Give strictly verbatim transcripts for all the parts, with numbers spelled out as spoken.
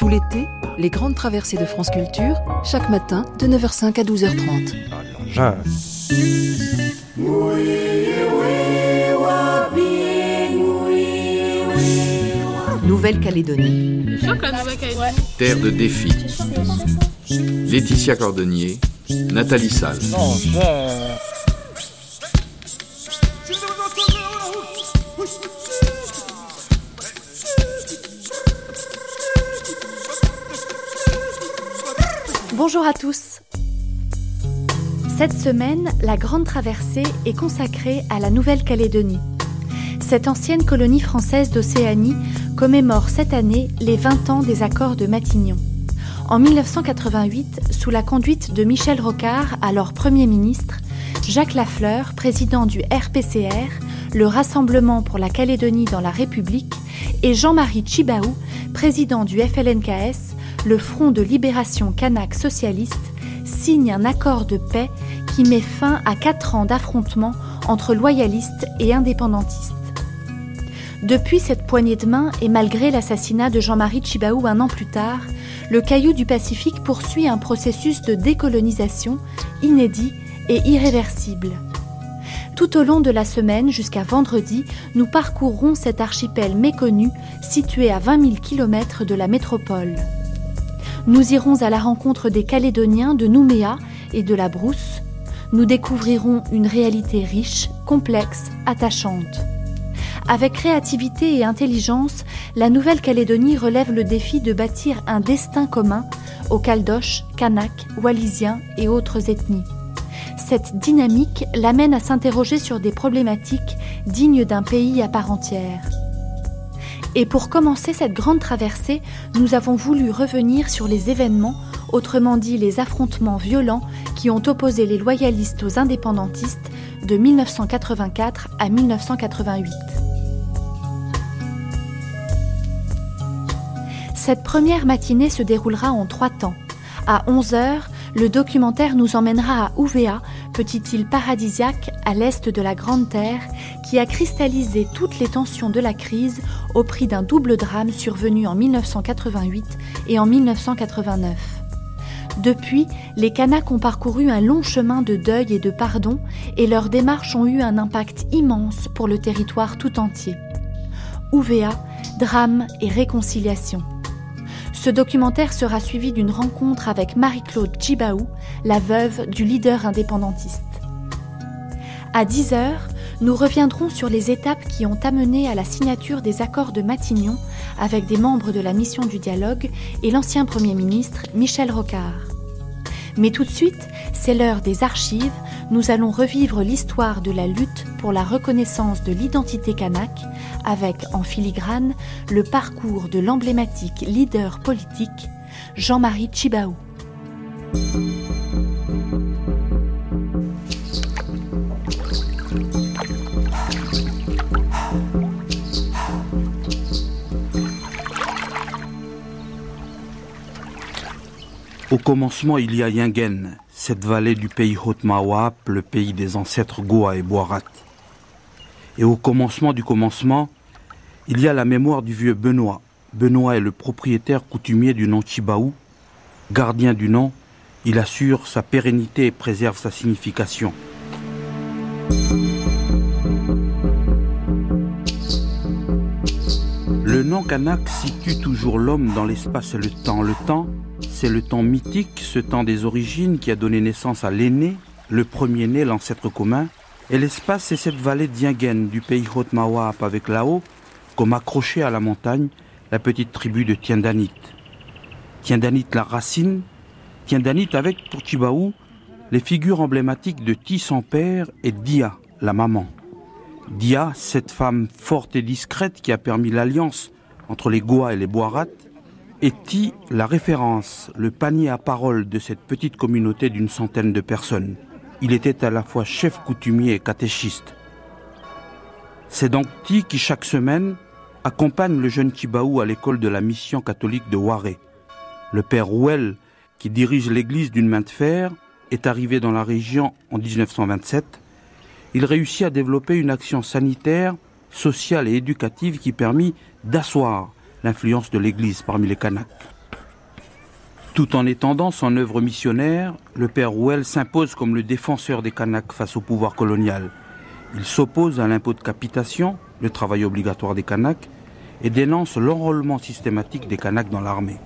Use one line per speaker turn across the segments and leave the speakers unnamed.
Tout l'été, les grandes traversées de France Culture, chaque matin de neuf heures cinq à douze heures trente. Nouvelle-Calédonie.
Terre de défi. Laetitia Cordonnier, Nathalie Salle.
Bonjour à tous. Cette semaine, la Grande Traversée est consacrée à la Nouvelle-Calédonie. Cette ancienne colonie française d'Océanie commémore cette année les vingt ans des accords de Matignon. En dix-neuf cent quatre-vingt-huit, sous la conduite de Michel Rocard, alors Premier ministre, Jacques Lafleur, président du R P C R, le Rassemblement pour la Calédonie dans la République, et Jean-Marie Tjibaou, président du F L N K S, le Front de libération kanak socialiste, signe un accord de paix qui met fin à quatre ans d'affrontements entre loyalistes et indépendantistes. Depuis cette poignée de main et malgré l'assassinat de Jean-Marie Tjibaou un an plus tard, le Caillou du Pacifique poursuit un processus de décolonisation inédit et irréversible. Tout au long de la semaine jusqu'à vendredi, nous parcourrons cet archipel méconnu situé à vingt mille kilomètres de la métropole. Nous irons à la rencontre des Calédoniens de Nouméa et de la Brousse. Nous découvrirons une réalité riche, complexe, attachante. Avec créativité et intelligence, la Nouvelle-Calédonie relève le défi de bâtir un destin commun aux Caldoches, Kanaks, Wallisiens et autres ethnies. Cette dynamique l'amène à s'interroger sur des problématiques dignes d'un pays à part entière. Et pour commencer cette grande traversée, nous avons voulu revenir sur les événements, autrement dit les affrontements violents qui ont opposé les loyalistes aux indépendantistes de dix-neuf cent quatre-vingt-quatre à dix-neuf cent quatre-vingt-huit. Cette première matinée se déroulera en trois temps. À onze heures, le documentaire nous emmènera à Ouvéa, petite île paradisiaque à l'est de la Grande Terre, qui a cristallisé toutes les tensions de la crise au prix d'un double drame survenu en dix-neuf cent quatre-vingt-huit et en dix-neuf cent quatre-vingt-neuf. Depuis, les Kanaks ont parcouru un long chemin de deuil et de pardon, et leurs démarches ont eu un impact immense pour le territoire tout entier. Ouvéa, drame et réconciliation. Ce documentaire sera suivi d'une rencontre avec Marie-Claude Tjibaou, la veuve du leader indépendantiste. À dix heures, nous reviendrons sur les étapes qui ont amené à la signature des accords de Matignon avec des membres de la mission du dialogue et l'ancien Premier ministre Michel Rocard. Mais tout de suite, c'est l'heure des archives. Nous allons revivre l'histoire de la lutte pour la reconnaissance de l'identité kanak avec, en filigrane, le parcours de l'emblématique leader politique Jean-Marie Tjibaou.
Au commencement, il y a Yingen, cette vallée du pays Haut-Mawap, le pays des ancêtres Goa et Boirat. Et au commencement du commencement, il y a la mémoire du vieux Benoît. Benoît est le propriétaire coutumier du nom Tjibaou. Gardien du nom, il assure sa pérennité et préserve sa signification. Le nom kanak situe toujours l'homme dans l'espace et le temps. Le temps, c'est le temps mythique, ce temps des origines qui a donné naissance à l'aîné, le premier-né, l'ancêtre commun. Et l'espace, c'est cette vallée d'Yingen, du pays Haut-Mawap, avec là-haut, comme accroché à la montagne, la petite tribu de Tiendanit. Tiendanit la racine, Tiendanit avec, pour Tjibaou, les figures emblématiques de Ti son père et Dia, la maman. Dia, cette femme forte et discrète qui a permis l'alliance entre les Goa et les Boirat, et Ti, la référence, le panier à parole de cette petite communauté d'une centaine de personnes. Il était à la fois chef coutumier et catéchiste. C'est donc Ti qui, chaque semaine, accompagne le jeune Tjibaou à l'école de la mission catholique de Waré. Le père Rouel, qui dirige l'église d'une main de fer, est arrivé dans la région en dix-neuf cent vingt-sept. Il réussit à développer une action sanitaire, sociale et éducative qui permit d'asseoir l'influence de l'église parmi les Kanaks. Tout en étendant son œuvre missionnaire, le père Rouel s'impose comme le défenseur des Kanaks face au pouvoir colonial. Il s'oppose à l'impôt de capitation, le travail obligatoire des Kanaks, et dénonce l'enrôlement systématique des Kanaks dans l'armée.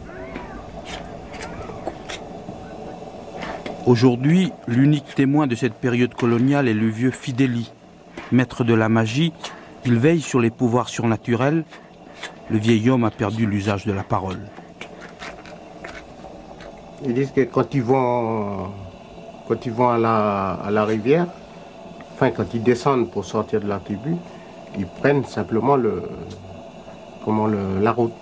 Aujourd'hui, l'unique témoin de cette période coloniale est le vieux Fidéli. Maître de la magie, il veille sur les pouvoirs surnaturels. Le vieil homme a perdu l'usage de la parole.
Ils disent que quand ils vont, quand ils vont à, la, à la rivière, enfin quand ils descendent pour sortir de la tribu, ils prennent simplement le, comment le, la route,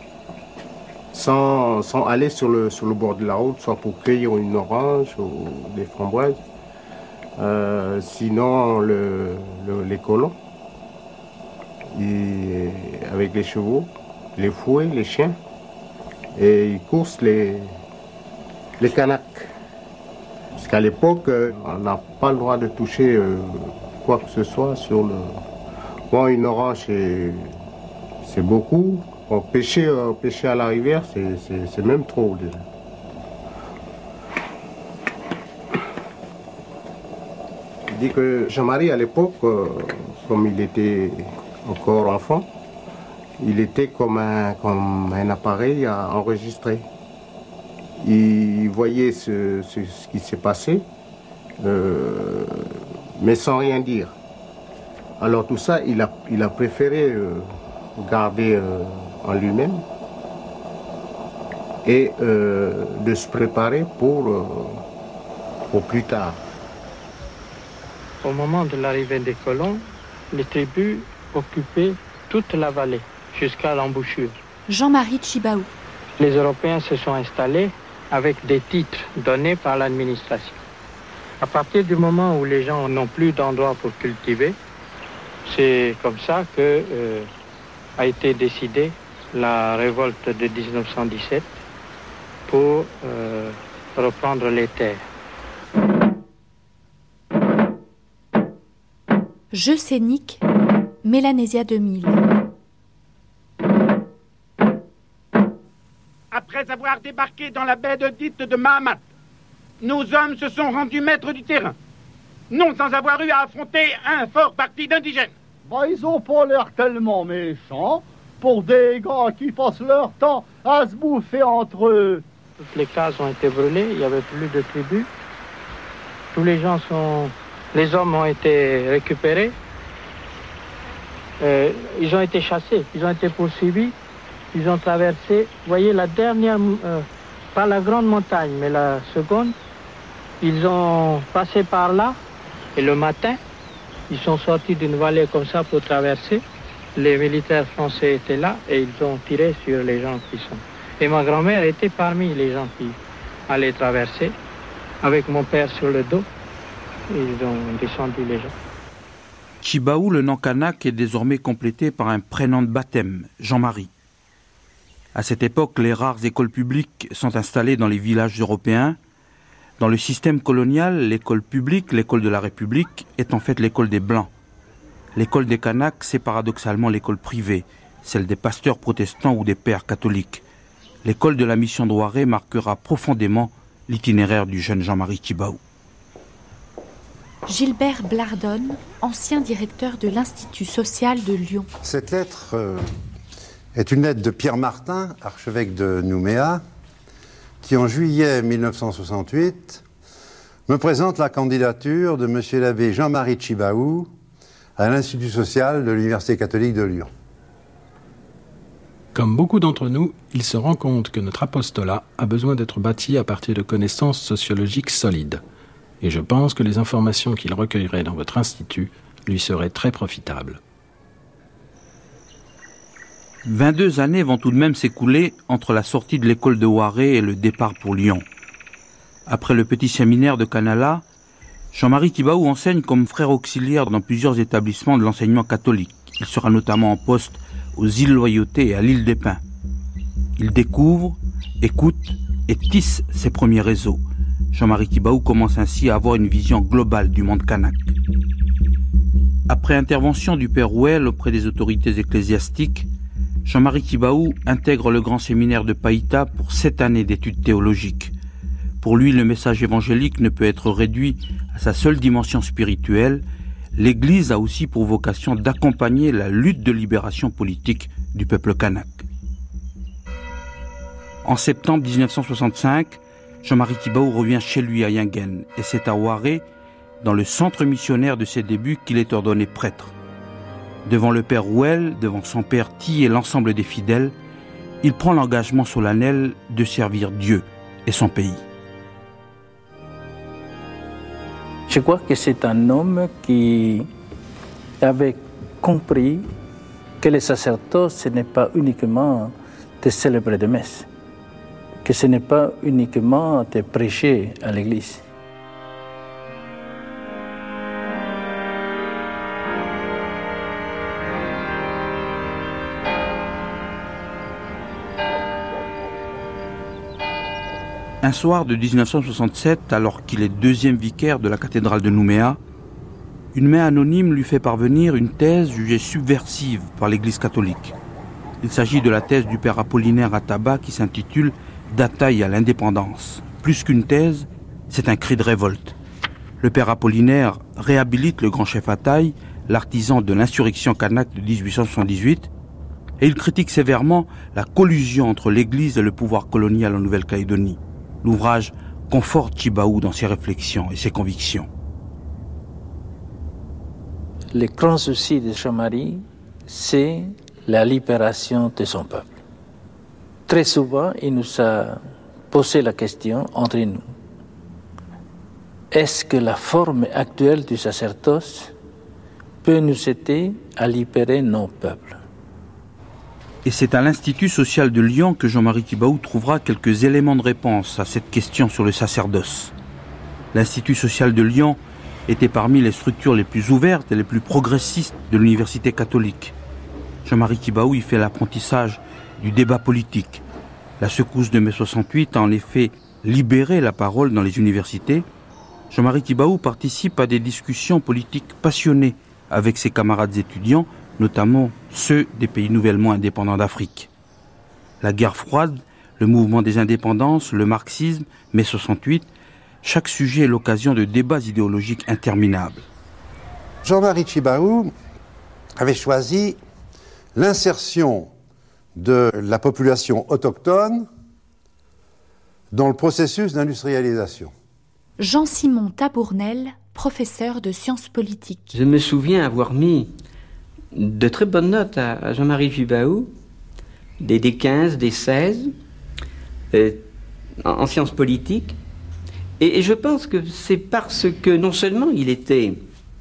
sans, sans aller sur le, sur le bord de la route, soit pour cueillir une orange ou des framboises. Euh, sinon, le, le, les colons, ils, avec les chevaux, les fouets, les chiens, et ils coursent les les Kanaks. Parce qu'à l'époque, on n'a pas le droit de toucher euh, quoi que ce soit sur le... Bon, une orange, c'est beaucoup. Bon, pêcher, euh, pêcher à la rivière, c'est même trop déjà. Il dit que Jean-Marie, à l'époque, euh, comme il était encore enfant, il était comme un, comme un appareil à enregistrer. Il voyait ce, ce, ce qui s'est passé, euh, mais sans rien dire. Alors tout ça, il a, il a préféré euh, garder euh, en lui-même et euh, de se préparer pour, euh, pour plus tard.
Au moment de l'arrivée des colons, les tribus occupaient toute la vallée, jusqu'à l'embouchure.
Jean-Marie Tjibaou.
Les Européens se sont installés avec des titres donnés par l'administration. À partir du moment où les gens n'ont plus d'endroit pour cultiver, c'est comme ça que euh, a été décidée la révolte de mille neuf cent dix-sept pour euh, reprendre les terres.
Jeux scéniques, Mélanésia deux mille.
Après avoir débarqué dans la baie de dite de Mahamat, nos hommes se sont rendus maîtres du terrain, non sans avoir eu à affronter un fort parti d'indigènes.
Bah, ils ont pas l'air tellement méchants pour des gars qui passent leur temps à se bouffer entre eux.
Toutes les cases ont été brûlées, il n'y avait plus de tribus. Tous les gens sont... Les hommes ont été récupérés. Euh, ils ont été chassés, ils ont été poursuivis. Ils ont traversé, vous voyez, la dernière, euh, pas la grande montagne, mais la seconde. Ils ont passé par là, et le matin, ils sont sortis d'une vallée comme ça pour traverser. Les militaires français étaient là, et ils ont tiré sur les gens qui sont. Et ma grand-mère était parmi les gens qui allaient traverser, avec mon père sur le dos. Ils ont descendu les gens.
Tjibaou, le nom kanak, est désormais complété par un prénom de baptême, Jean-Marie. À cette époque, les rares écoles publiques sont installées dans les villages européens. Dans le système colonial, l'école publique, l'école de la République, est en fait l'école des Blancs. L'école des Kanaks, c'est paradoxalement l'école privée, celle des pasteurs protestants ou des pères catholiques. L'école de la mission de Ouaré marquera profondément l'itinéraire du jeune Jean-Marie Tjibaou.
Gilbert Blardonne, ancien directeur de l'Institut social de Lyon.
Cette lettre... Euh... est une lettre de Pierre Martin, archevêque de Nouméa, qui en juillet mille neuf cent soixante-huit me présente la candidature de M. l'abbé Jean-Marie Tjibaou à l'Institut social de l'Université catholique de Lyon.
Comme beaucoup d'entre nous, il se rend compte que notre apostolat a besoin d'être bâti à partir de connaissances sociologiques solides. Et je pense que les informations qu'il recueillerait dans votre institut lui seraient très profitables.
vingt-deux années vont tout de même s'écouler entre la sortie de l'école de Ouaré et le départ pour Lyon. Après le petit séminaire de Canala, Jean-Marie Tjibaou enseigne comme frère auxiliaire dans plusieurs établissements de l'enseignement catholique. Il sera notamment en poste aux îles Loyauté et à l'île des Pins. Il découvre, écoute et tisse ses premiers réseaux. Jean-Marie Tjibaou commence ainsi à avoir une vision globale du monde kanak. Après intervention du père Rouel auprès des autorités ecclésiastiques, Jean-Marie Kibaou intègre le grand séminaire de Païta pour sept années d'études théologiques. Pour lui, le message évangélique ne peut être réduit à sa seule dimension spirituelle. L'Église a aussi pour vocation d'accompagner la lutte de libération politique du peuple kanak. En septembre dix-neuf cent soixante-cinq, Jean-Marie Kibaou revient chez lui à Yingen et c'est à Ouaré, dans le centre missionnaire de ses débuts, qu'il est ordonné prêtre. Devant le père Rouel, devant son père Ti et l'ensemble des fidèles, il prend l'engagement solennel de servir Dieu et son pays.
Je crois que c'est un homme qui avait compris que le sacerdoce, ce n'est pas uniquement de célébrer des messes, que ce n'est pas uniquement de prêcher à l'église.
Un soir de dix-neuf cent soixante-sept, alors qu'il est deuxième vicaire de la cathédrale de Nouméa, une main anonyme lui fait parvenir une thèse jugée subversive par l'Église catholique. Il s'agit de la thèse du père Apollinaire Ataba qui s'intitule « D'Ataï à l'indépendance ». Plus qu'une thèse, c'est un cri de révolte. Le père Apollinaire réhabilite le grand chef Ataï, l'artisan de l'insurrection kanak de dix-huit cent soixante-dix-huit, et il critique sévèrement la collusion entre l'Église et le pouvoir colonial en Nouvelle-Calédonie. L'ouvrage conforte Kibaou dans ses réflexions et ses convictions.
Le grand souci de Jean-Marie, c'est la libération de son peuple. Très souvent, il nous a posé la question entre nous. Est-ce que la forme actuelle du sacerdoce peut nous aider à libérer nos peuples ?
Et c'est à l'Institut social de Lyon que Jean-Marie Kibaou trouvera quelques éléments de réponse à cette question sur le sacerdoce. L'Institut social de Lyon était parmi les structures les plus ouvertes et les plus progressistes de l'université catholique. Jean-Marie Kibaou y fait l'apprentissage du débat politique. La secousse de mai soixante-huit a en effet libéré la parole dans les universités. Jean-Marie Kibaou participe à des discussions politiques passionnées avec ses camarades étudiants, notamment ceux des pays nouvellement indépendants d'Afrique. La guerre froide, le mouvement des indépendances, le marxisme, mai soixante-huit, chaque sujet est l'occasion de débats idéologiques interminables.
Jean-Marie Kibaou avait choisi l'insertion de la population autochtone dans le processus d'industrialisation.
Jean-Simon Tabournel, professeur de sciences politiques.
Je me souviens avoir mis de très bonnes notes à Jean-Marie Kibaou, des, des quinze, des seize, euh, en, en sciences politiques. Et, et je pense que c'est parce que non seulement il était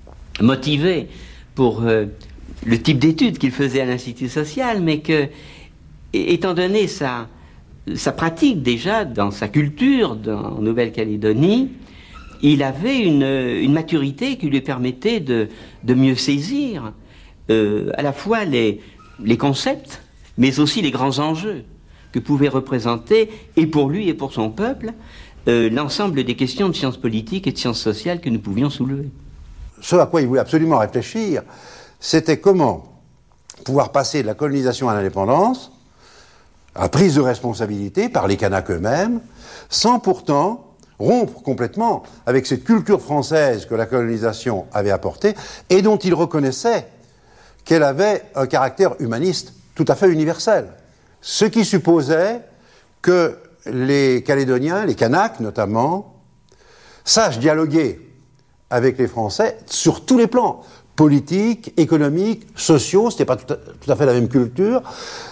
motivé pour euh, le type d'études qu'il faisait à l'Institut social, mais que, étant donné sa, sa pratique déjà dans sa culture dans, en Nouvelle-Calédonie, il avait une, une maturité qui lui permettait de, de mieux saisir euh, à la fois les, les concepts, mais aussi les grands enjeux que pouvait représenter, et pour lui et pour son peuple, euh, l'ensemble des questions de sciences politiques et de sciences sociales que nous pouvions soulever.
Ce à quoi il voulait absolument réfléchir, c'était comment pouvoir passer de la colonisation à l'indépendance, à la prise de responsabilité par les Kanaks eux-mêmes, sans pourtant rompre complètement avec cette culture française que la colonisation avait apportée et dont il reconnaissait qu'elle avait un caractère humaniste tout à fait universel. Ce qui supposait que les Calédoniens, les Kanaks notamment, sachent dialoguer avec les Français sur tous les plans, politiques, économiques, sociaux, c'était pas tout à, tout à fait la même culture,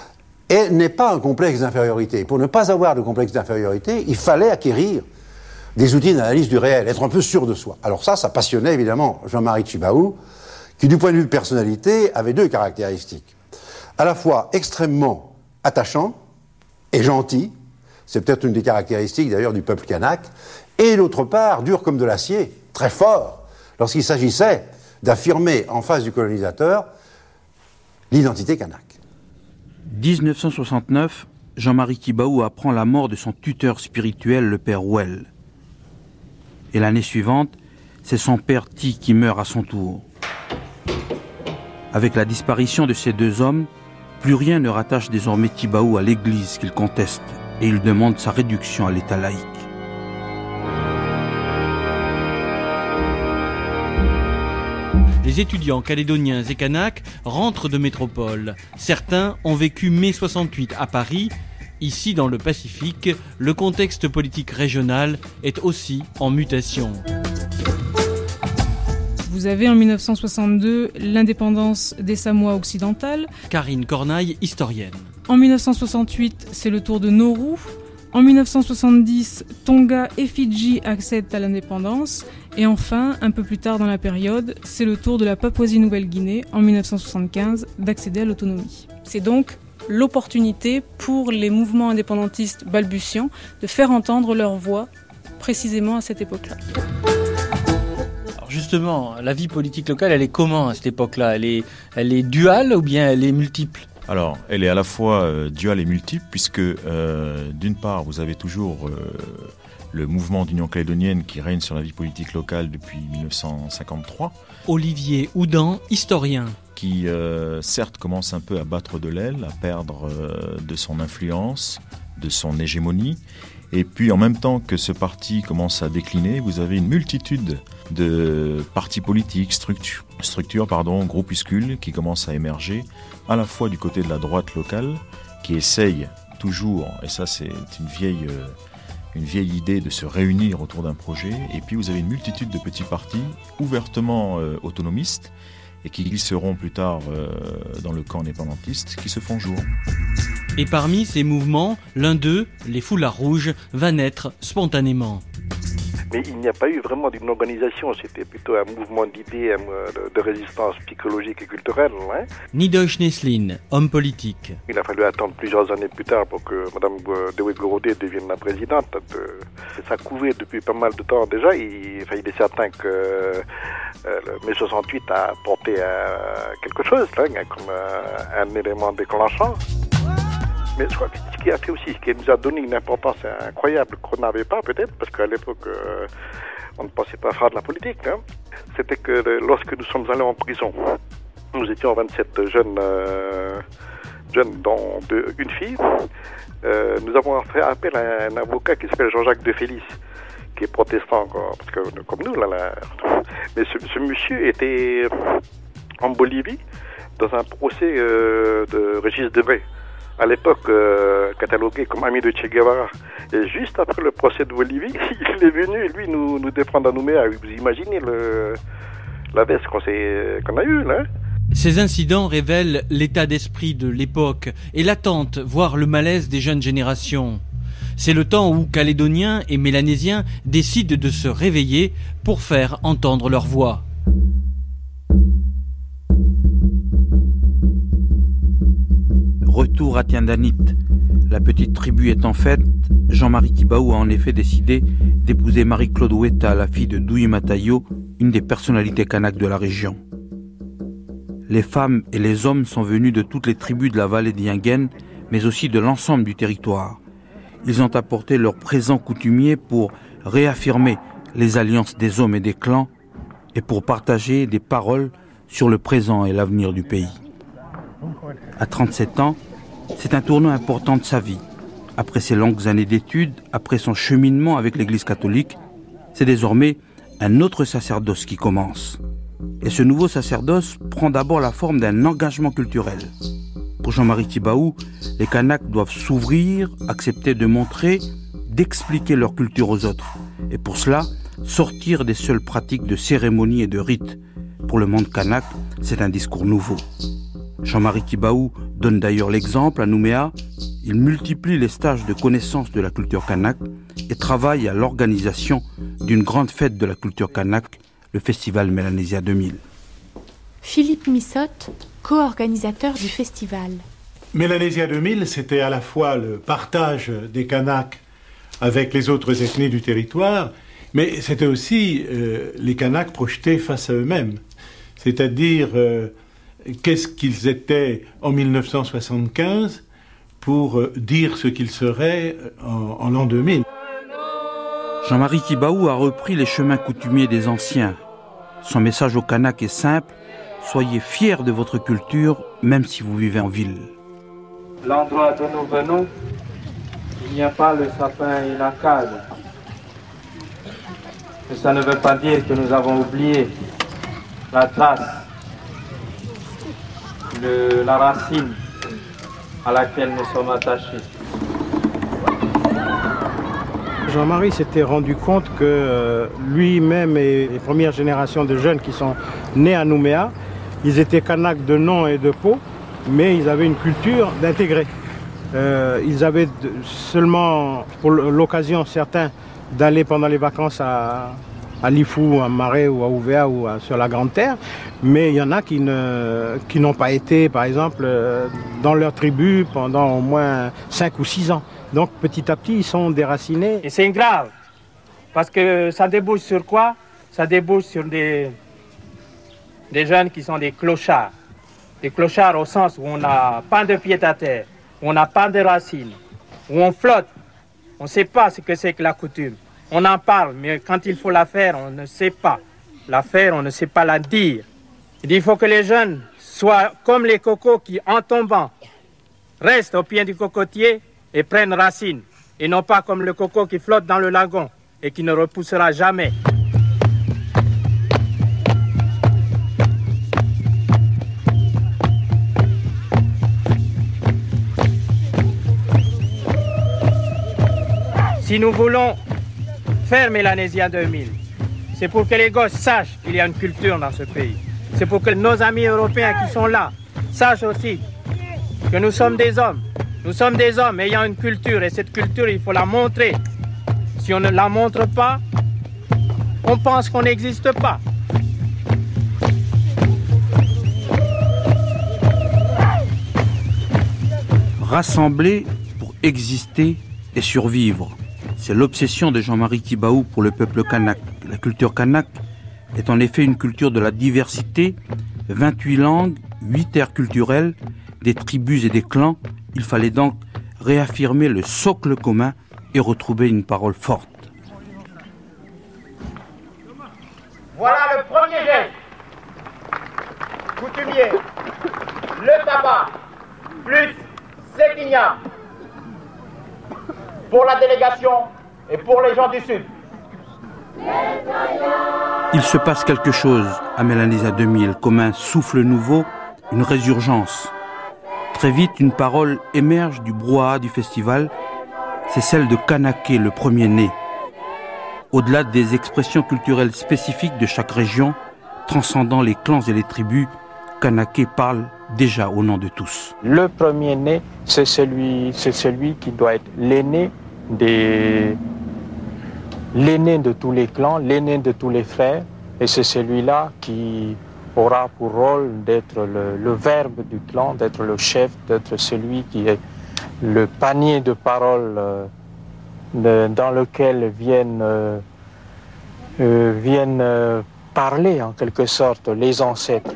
et n'est pas un complexe d'infériorité. Pour ne pas avoir de complexe d'infériorité, il fallait acquérir des outils d'analyse du réel, être un peu sûr de soi. Alors ça, ça passionnait évidemment Jean-Marie Kibaou, qui du point de vue de personnalité avait deux caractéristiques. À la fois extrêmement attachant et gentil, c'est peut-être une des caractéristiques d'ailleurs du peuple kanak, et d'autre part dur comme de l'acier, très fort, lorsqu'il s'agissait d'affirmer en face du colonisateur l'identité kanak.
dix-neuf cent soixante-neuf, Jean-Marie Kibaou apprend la mort de son tuteur spirituel, le père Rouel. Et l'année suivante, c'est son père Ti qui meurt à son tour. Avec la disparition de ces deux hommes, Plus rien ne rattache désormais Tibaou à l'église qu'il conteste et il demande sa réduction à l'état laïque.
Les étudiants calédoniens et kanaks rentrent de métropole. Certains ont vécu mai soixante-huit à Paris. Ici, dans le Pacifique, le contexte politique régional est aussi en mutation.
Vous avez en mille neuf cent soixante-deux l'indépendance des Samoa occidentales.
Karine Cornaille, historienne.
En mille neuf cent soixante-huit, c'est le tour de Nauru. En mille neuf cent soixante-dix, Tonga et Fidji accèdent à l'indépendance. Et enfin, un peu plus tard dans la période, c'est le tour de la Papouasie-Nouvelle-Guinée, en mille neuf cent soixante-quinze, d'accéder à l'autonomie. C'est donc l'opportunité pour les mouvements indépendantistes balbutiants de faire entendre leur voix précisément à cette époque-là.
Alors justement, la vie politique locale, elle est comment à cette époque-là ? Elle est, elle est duale ou bien elle est multiple ?
Alors, elle est à la fois euh, duale et multiple, puisque euh, d'une part, vous avez toujours euh, le mouvement d'union calédonienne qui règne sur la vie politique locale depuis mille neuf cent cinquante-trois.
Olivier Houdan, historien.
Qui, euh, certes, commence un peu à battre de l'aile, à perdre euh, de son influence, de son hégémonie. Et puis, en même temps que ce parti commence à décliner, vous avez une multitude de partis politiques, structures, structures, pardon, groupuscules qui commencent à émerger, à la fois du côté de la droite locale, qui essaye toujours, et ça c'est une vieille, euh, une vieille idée de se réunir autour d'un projet, et puis vous avez une multitude de petits partis ouvertement euh, autonomistes, et qui glisseront plus tard euh, dans le camp indépendantiste, qui se font jour.
Et parmi ces mouvements, l'un d'eux, les Foulards Rouges, va naître spontanément.
Mais il n'y a pas eu vraiment d'une organisation, c'était plutôt un mouvement d'idées, de résistance psychologique et culturelle. Hein.
Nidosh Neslin, homme politique.
Il a fallu attendre plusieurs années plus tard pour que Mme Dewe-Gorodé devienne la présidente. Ça couvait depuis pas mal de temps déjà. Il, enfin, il est certain que euh, le mai soixante-huit a apporté euh, quelque chose, là, comme euh, un élément déclenchant. Mais je crois que ce qui a fait aussi, ce qui nous a donné une importance incroyable qu'on n'avait pas peut-être, parce qu'à l'époque, euh, on ne pensait pas faire de la politique, hein, c'était que lorsque nous sommes allés en prison, nous étions vingt-sept jeunes, euh, jeunes dont deux, une fille, euh, nous avons fait appel à un avocat qui s'appelle Jean-Jacques de Félix, qui est protestant, quoi, parce que, comme nous, là, là. Mais ce, ce monsieur était en Bolivie dans un procès euh, de Régis Debray, à l'époque euh, catalogué comme ami de Che Guevara. Et juste après le procès de Bolivie, il est venu, lui, nous, nous défendre à Nouméa. Vous imaginez le, la veste qu'on, s'est, qu'on a eue, là.
Ces incidents révèlent l'état d'esprit de l'époque et l'attente, voire le malaise des jeunes générations. C'est le temps où Calédoniens et Mélanésiens décident de se réveiller pour faire entendre leur voix.
Retour à Tiandanit. La petite tribu étant faite, Jean-Marie Tibaou a en effet décidé d'épouser Marie-Claude Ouetta, la fille de Douyi Matayo, une des personnalités kanaks de la région. Les femmes et les hommes sont venus de toutes les tribus de la vallée d'Yingen, mais aussi de l'ensemble du territoire. Ils ont apporté leur présent coutumier pour réaffirmer les alliances des hommes et des clans et pour partager des paroles sur le présent et l'avenir du pays. À trente-sept ans, c'est un tournant important de sa vie. Après ses longues années d'études, après son cheminement avec l'Église catholique, c'est désormais un autre sacerdoce qui commence. Et ce nouveau sacerdoce prend d'abord la forme d'un engagement culturel. Pour Jean-Marie Tibaou, les Kanaks doivent s'ouvrir, accepter de montrer, d'expliquer leur culture aux autres. Et pour cela, sortir des seules pratiques de cérémonies et de rites. Pour le monde kanak, c'est un discours nouveau. Jean-Marie Tibaou donne d'ailleurs l'exemple à Nouméa. Il multiplie les stages de connaissance de la culture kanak et travaille à l'organisation d'une grande fête de la culture kanak, le festival Mélanésia deux mille.
Philippe Missotte, co-organisateur du festival.
Mélanésia deux mille, c'était à la fois le partage des Kanaks avec les autres ethnies du territoire, mais c'était aussi euh, les Kanaks projetés face à eux-mêmes. C'est-à-dire, euh, qu'est-ce qu'ils étaient en mille neuf cent soixante-quinze pour euh, dire ce qu'ils seraient en, en l'an deux mille.
Jean-Marie Tibaou a repris les chemins coutumiers des anciens. Son message aux Kanaks est simple: soyez fiers de votre culture, même si vous vivez en ville.
l'endroit d'où nous venons, il n'y a pas le sapin inacade. Mais ça ne veut pas dire que nous avons oublié la trace, le, la racine à laquelle nous sommes attachés.
Jean-Marie s'était rendu compte que euh, lui-même et les premières générations de jeunes qui sont nés à Nouméa, ils étaient Kanaks de nom et de peau, mais ils avaient une culture d'intégrer. Euh, ils avaient de, seulement, pour l'occasion, certains, d'aller pendant les vacances à, à Lifou, à Marais ou à Ouvéa ou à, sur la Grande Terre, mais il y en a qui, ne, qui n'ont pas été, par exemple, euh, dans leur tribu pendant au moins cinq ou six ans. Donc petit à petit, ils sont déracinés.
Et c'est grave, parce que ça débouche sur quoi? Ça débouche sur des, des jeunes qui sont des clochards. Des clochards au sens où on n'a pas de pied à terre, où on n'a pas de racines, où on flotte. On ne sait pas ce que c'est que la coutume. On en parle, mais quand il faut la faire, on ne sait pas. La faire, on ne sait pas la dire. Il dit, il faut que les jeunes soient comme les cocos qui, en tombant, restent au pied du cocotier et prennent racine, et non pas comme le coco qui flotte dans le lagon et qui ne repoussera jamais. Si nous voulons faire Mélanésia deux mille, c'est pour que les gosses sachent qu'il y a une culture dans ce pays. C'est pour que nos amis européens qui sont là sachent aussi que nous sommes des hommes. Nous sommes des hommes ayant une culture, et cette culture, il faut la montrer. Si on ne la montre pas, on pense qu'on n'existe pas.
Rassembler pour exister et survivre. C'est l'obsession de Jean-Marie Tjibaou pour le peuple kanak. La culture kanak est en effet une culture de la diversité, vingt-huit langues, huit aires culturelles, des tribus et des clans. Il fallait donc réaffirmer le socle commun et retrouver une parole forte.
Voilà le premier geste coutumier. Le tabac plus Séquigna pour la délégation et pour les gens du Sud.
Il se passe quelque chose à Mélanésia deux mille, comme un souffle nouveau, une résurgence. Très vite, une parole émerge du brouhaha du festival, c'est celle de Kanaké, le premier-né. Au-delà des expressions culturelles spécifiques de chaque région, transcendant les clans et les tribus, Kanaké parle déjà au nom de tous.
Le premier-né, c'est celui, c'est celui qui doit être l'aîné des... l'aîné de tous les clans, l'aîné de tous les frères, et c'est celui-là qui aura pour rôle d'être le, le verbe du clan, d'être le chef, d'être celui qui est le panier de paroles euh, de, dans lequel viennent, euh, euh, viennent euh, parler en quelque sorte les ancêtres.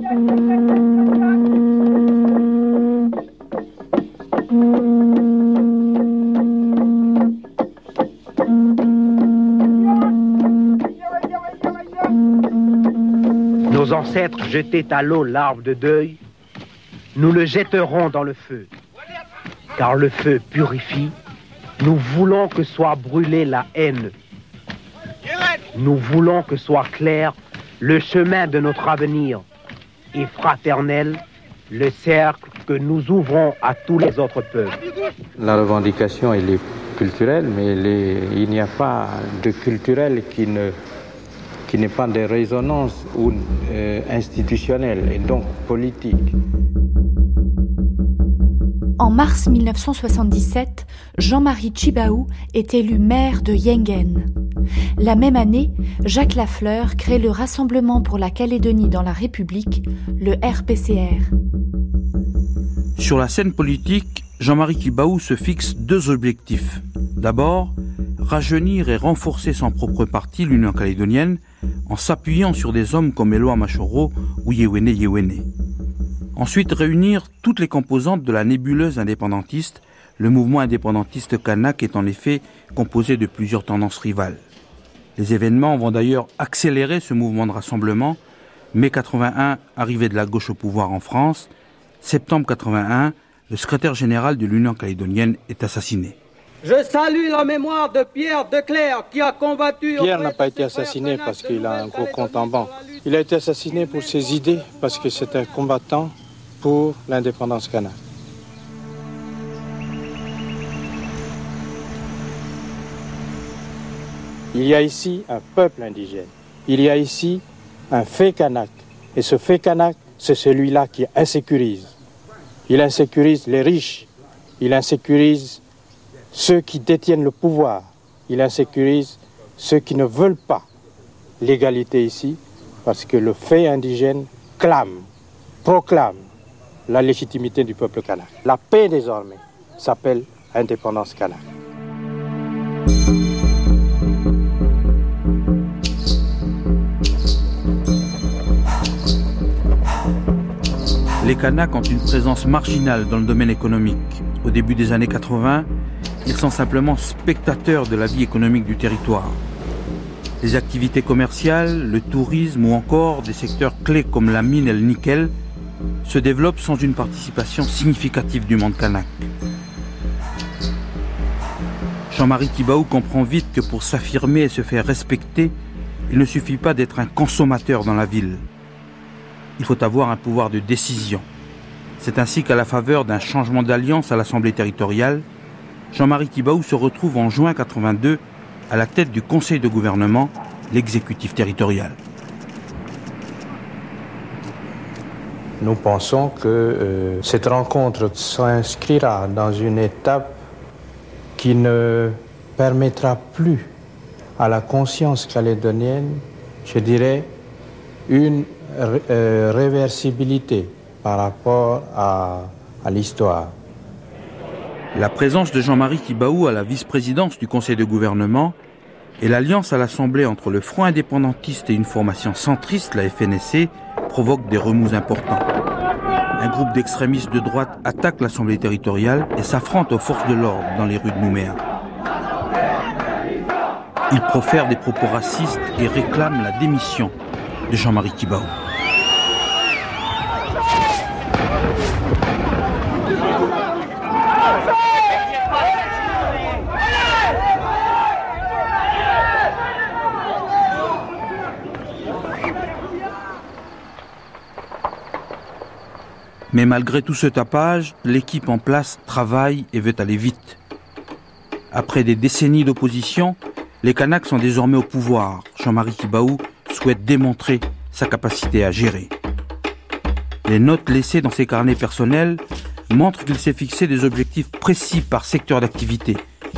Nos ancêtres jetaient à l'eau l'arbre de deuil, nous le jetterons dans le feu. Car le feu purifie, nous voulons que soit brûlée la haine. Nous voulons que soit clair le chemin de notre avenir et fraternel, le cercle que nous ouvrons à tous les autres peuples.
La revendication, elle est culturelle, mais elle est, il n'y a pas de culturel qui ne... qui n'est pas de résonance ou euh, institutionnelle et donc politique.
En mars mille neuf cent soixante-dix-sept, Jean-Marie Tjibaou est élu maire de Yengen. La même année, Jacques Lafleur crée le Rassemblement pour la Calédonie dans la République, le R P C R.
Sur la scène politique, Jean-Marie Tjibaou se fixe deux objectifs. D'abord, rajeunir et renforcer son propre parti, l'Union calédonienne, en s'appuyant sur des hommes comme Éloi Machoro ou Yewene Yewene. Ensuite, réunir toutes les composantes de la nébuleuse indépendantiste. Le mouvement indépendantiste kanak est en effet composé de plusieurs tendances rivales. Les événements vont d'ailleurs accélérer ce mouvement de rassemblement. Mai quatre-vingt-un, arrivée de la gauche au pouvoir en France. Septembre quatre-vingt-un, le secrétaire général de l'Union calédonienne est assassiné.
Je salue la mémoire de Pierre Declercq qui a combattu...
Pierre n'a pas été assassiné parce qu'il a un gros compte en banque. Il a été assassiné pour ses idées parce que c'est un combattant pour l'indépendance kanak. Il y a ici un peuple indigène. Il y a ici un fait kanak. Et ce fait kanak, c'est celui-là qui insécurise. Il insécurise les riches. Il insécurise ceux qui détiennent le pouvoir. Il insécurise ceux qui ne veulent pas l'égalité ici, parce que le fait indigène clame, proclame la légitimité du peuple kanak. La paix désormais s'appelle indépendance kanak.
Les Kanaks ont une présence marginale dans le domaine économique. Au début des années quatre-vingts, ils sont simplement spectateurs de la vie économique du territoire. Les activités commerciales, le tourisme ou encore des secteurs clés comme la mine et le nickel se développent sans une participation significative du monde kanak. Jean-Marie Kibaou comprend vite que pour s'affirmer et se faire respecter, il ne suffit pas d'être un consommateur dans la ville. Il faut avoir un pouvoir de décision. C'est ainsi qu'à la faveur d'un changement d'alliance à l'Assemblée territoriale, Jean-Marie Kibaou se retrouve en juin quatre-vingt-deux à la tête du conseil de gouvernement, l'exécutif territorial.
Nous pensons que euh, cette rencontre s'inscrira dans une étape qui ne permettra plus à la conscience calédonienne, je dirais, une euh, réversibilité par rapport à, à l'histoire.
La présence de Jean-Marie Kibaou à la vice-présidence du conseil de gouvernement et l'alliance à l'Assemblée entre le Front indépendantiste et une formation centriste, la F N S C, provoquent des remous importants. Un groupe d'extrémistes de droite attaque l'Assemblée territoriale et s'affronte aux forces de l'ordre dans les rues de Nouméa. Ils profèrent des propos racistes et réclament la démission de Jean-Marie Kibaou. Mais malgré tout ce tapage, l'équipe en place travaille et veut aller vite. Après des décennies d'opposition, les Kanaks sont désormais au pouvoir. Jean-Marie Kibaou souhaite démontrer sa capacité à gérer. Les notes laissées dans ses carnets personnels montrent qu'il s'est fixé des objectifs précis par secteur d'activité.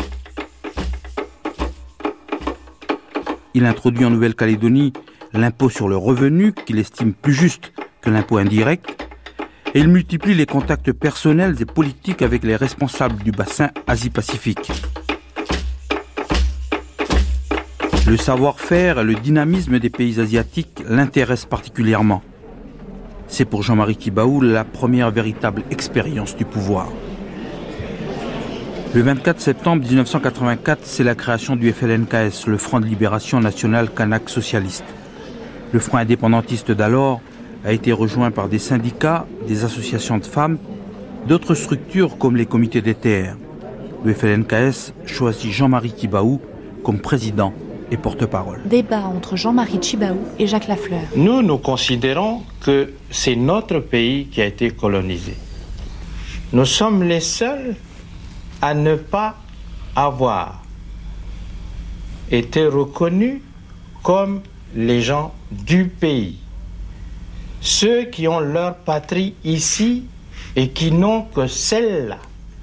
Il introduit en Nouvelle-Calédonie l'impôt sur le revenu, qu'il estime plus juste que l'impôt indirect, et il multiplie les contacts personnels et politiques avec les responsables du bassin Asie-Pacifique. Le savoir-faire et le dynamisme des pays asiatiques l'intéressent particulièrement. C'est pour Jean-Marie Kibaou la première véritable expérience du pouvoir. Le vingt-quatre septembre mille neuf cent quatre-vingt-quatre, c'est la création du F L N K S, le Front de Libération Nationale Kanak Socialiste. Le Front indépendantiste d'alors a été rejoint par des syndicats, des associations de femmes, d'autres structures comme les comités des terres. Le F L N K S choisit Jean-Marie Kibaou comme président et porte-parole.
Débat entre Jean-Marie Kibaou et Jacques Lafleur.
Nous, nous considérons que c'est notre pays qui a été colonisé. Nous sommes les seuls à ne pas avoir été reconnus comme les gens du pays. Ceux qui ont leur patrie ici et qui n'ont que celle-là.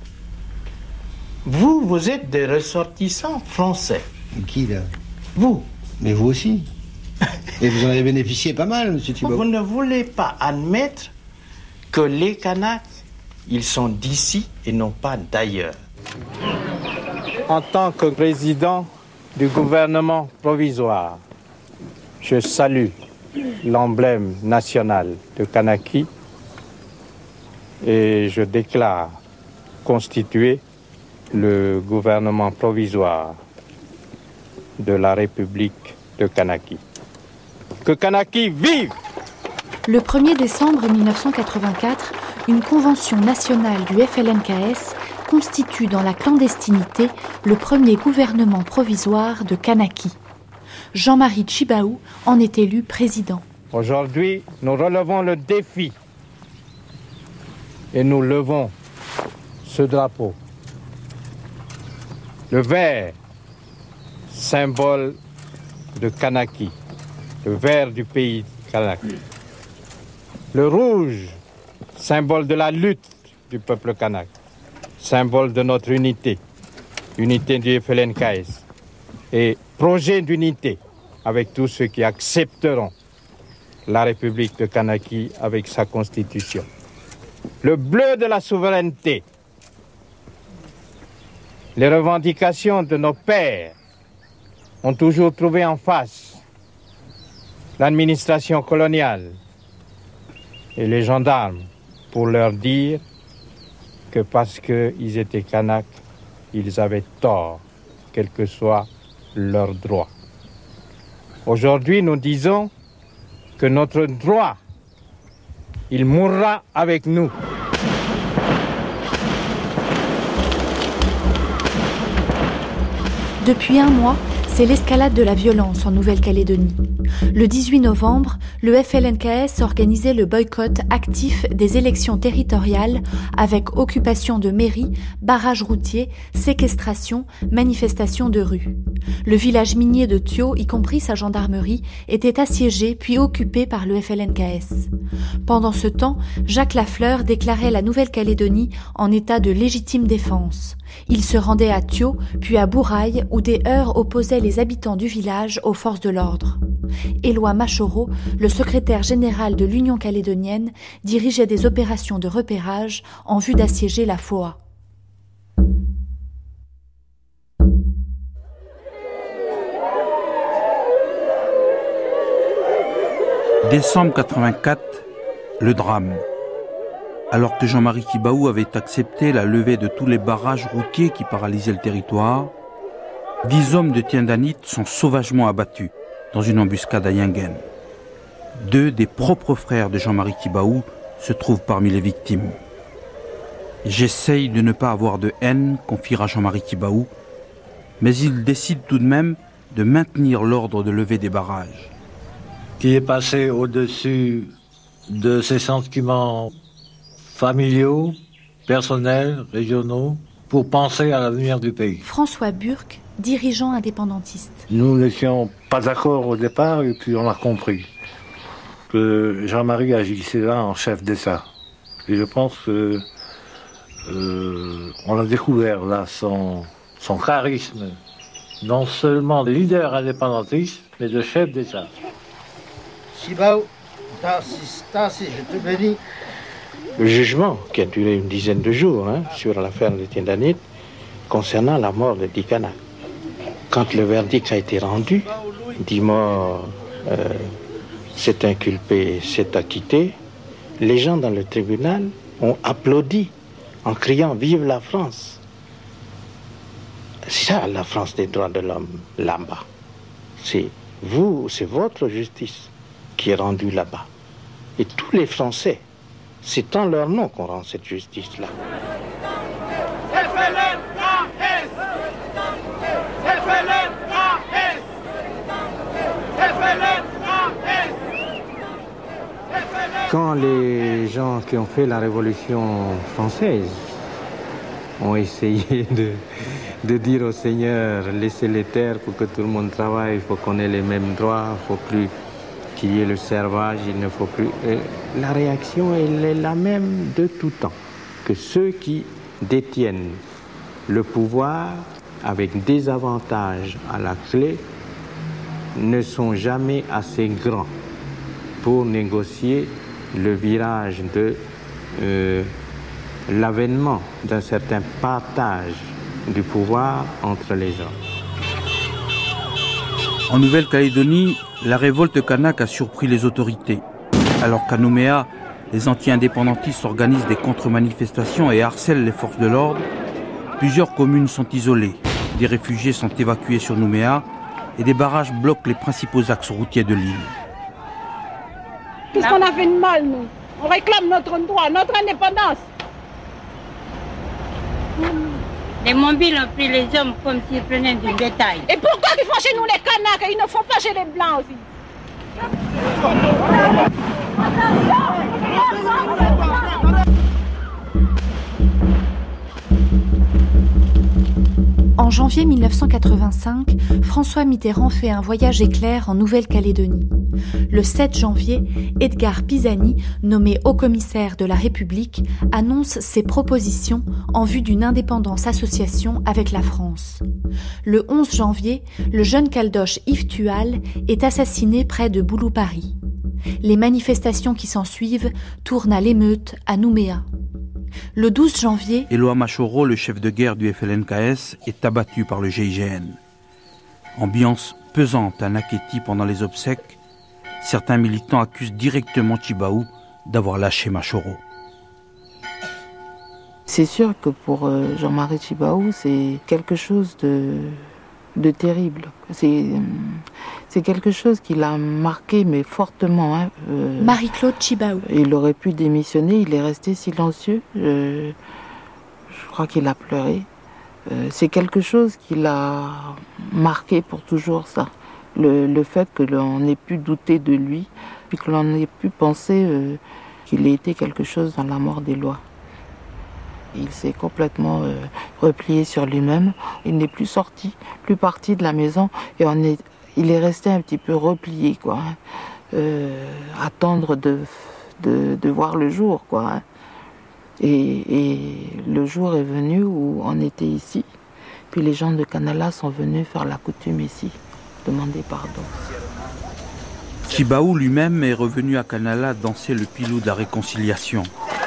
Vous, vous êtes des ressortissants français.
Qui, là?
Vous.
Mais vous aussi. Et vous en avez bénéficié pas mal, M. Thibault.
Vous ne voulez pas admettre que les Kanaks, ils sont d'ici et non pas d'ailleurs. En tant que président du gouvernement provisoire, je salue l'emblème national de Kanaki et je déclare constituer le gouvernement provisoire de la République de Kanaki. Que Kanaki vive!
Le premier décembre mille neuf cent quatre-vingt-quatre, une convention nationale du F L N K S constitue dans la clandestinité le premier gouvernement provisoire de Kanaki. Jean-Marie Tjibaou en est élu président.
Aujourd'hui, nous relevons le défi et nous levons ce drapeau. Le vert, symbole de Kanaki, le vert du pays Kanaki. Le rouge, symbole de la lutte du peuple kanak, symbole de notre unité, unité du F L N K S, et projet d'unité avec tous ceux qui accepteront la République de Kanaki avec sa constitution. Le bleu de la souveraineté, les revendications de nos pères ont toujours trouvé en face l'administration coloniale et les gendarmes pour leur dire que parce qu'ils étaient Kanaks, ils avaient tort, quel que soit leur droit. Aujourd'hui, nous disons que notre droit, il mourra avec nous.
Depuis un mois, c'est l'escalade de la violence en Nouvelle-Calédonie. Le dix-huit novembre, le F L N K S organisait le boycott actif des élections territoriales avec occupation de mairies, barrages routiers, séquestration, manifestations de rue. Le village minier de Thio, y compris sa gendarmerie, était assiégé puis occupé par le F L N K S. Pendant ce temps, Jacques Lafleur déclarait la Nouvelle-Calédonie en état de légitime défense. Il se rendait à Thio, puis à Bourail, où des heurts opposaient les habitants du village aux forces de l'ordre. Éloi Machoro, le secrétaire général de l'Union calédonienne, dirigeait des opérations de repérage en vue d'assiéger la F O A.
Décembre quatre-vingt-quatre, le drame. Alors que Jean-Marie Tjibaou avait accepté la levée de tous les barrages routiers qui paralysaient le territoire, dix hommes de Tiendanit sont sauvagement abattus dans une embuscade à Yingen. Deux des propres frères de Jean-Marie Tjibaou se trouvent parmi les victimes. J'essaye de ne pas avoir de haine, confiera Jean-Marie Tjibaou, mais il décide tout de même de maintenir l'ordre de levée des barrages.
Qui est passé au-dessus de ses sentiments familiaux, personnels, régionaux, pour penser à l'avenir du pays.
François Burck, dirigeant indépendantiste.
Nous n'étions pas d'accord au départ et puis on a compris que Jean-Marie agissait là en chef d'État. Et je pense que euh, on a découvert là son, son charisme, non seulement de leader indépendantiste, mais de chef d'État.
Tjibaou, Tarsis, Tarsis, je te bénis.
Le jugement, qui a duré une dizaine de jours, hein, sur l'affaire de Tiendanit, concernant la mort de dix Kanaks. Quand le verdict a été rendu, dix morts, euh, s'est inculpé, s'est acquitté, les gens dans le tribunal ont applaudi en criant « Vive la France !» C'est ça la France des droits de l'homme, là-bas. C'est vous, c'est votre justice qui est rendue là-bas. Et tous les Français, c'est en leur nom qu'on rend cette justice-là. Quand les gens qui ont fait la Révolution française ont essayé de, de dire au Seigneur, laissez les terres pour que tout le monde travaille, il faut qu'on ait les mêmes droits, il ne faut plus qu'il y ait le servage, il ne faut plus... Et la réaction, elle est la même de tout temps, que ceux qui détiennent le pouvoir avec des avantages à la clé ne sont jamais assez grands pour négocier le virage de euh, l'avènement d'un certain partage du pouvoir entre les gens.
En Nouvelle-Calédonie, la révolte kanak a surpris les autorités. Alors qu'à Nouméa, les anti-indépendantistes organisent des contre-manifestations et harcèlent les forces de l'ordre, plusieurs communes sont isolées. Des réfugiés sont évacués sur Nouméa et des barrages bloquent les principaux axes routiers de l'île.
Qu'est-ce qu'on a fait de mal, nous?
On réclame notre droit, notre indépendance.
Les mobiles ont pris les hommes comme s'ils prenaient du bétail.
Et pourquoi ils font chez nous les Kanaks et ils ne font pas chez les Blancs aussi?
En janvier mille neuf cent quatre-vingt-cinq, François Mitterrand fait un voyage éclair en Nouvelle-Calédonie. Le sept janvier, Edgar Pisani, nommé haut-commissaire de la République, annonce ses propositions en vue d'une indépendance-association avec la France. Le onze janvier, le jeune caldoche Yves Tual est assassiné près de Bouloupari. Les manifestations qui s'ensuivent tournent à l'émeute à Nouméa. Le douze janvier,
Eloa Machoro, le chef de guerre du F L N K S, est abattu par le G I G N. Ambiance pesante à Naketi pendant les obsèques, certains militants accusent directement Tjibaou d'avoir lâché Machoro.
C'est sûr que pour Jean-Marie Tjibaou, c'est quelque chose de, de terrible. C'est, c'est quelque chose qui l'a marqué, mais fortement. Hein. Euh,
Marie-Claude Tjibaou.
Il aurait pu démissionner, il est resté silencieux. Euh, je crois qu'il a pleuré. Euh, c'est quelque chose qui l'a marqué pour toujours, ça. Le, le fait que l'on ait pu douter de lui, puis que l'on ait pu penser euh, qu'il ait été quelque chose dans la mort des lois. Il s'est complètement euh, replié sur lui-même. Il n'est plus sorti, plus parti de la maison, et on est, il est resté un petit peu replié, quoi. Hein. Euh, attendre de, de, de voir le jour, quoi. Hein. Et, et le jour est venu où on était ici. Puis les gens de Kanala sont venus faire la coutume ici, demander pardon.
Tjibaou lui-même est revenu à Kanala danser le pilou de la réconciliation.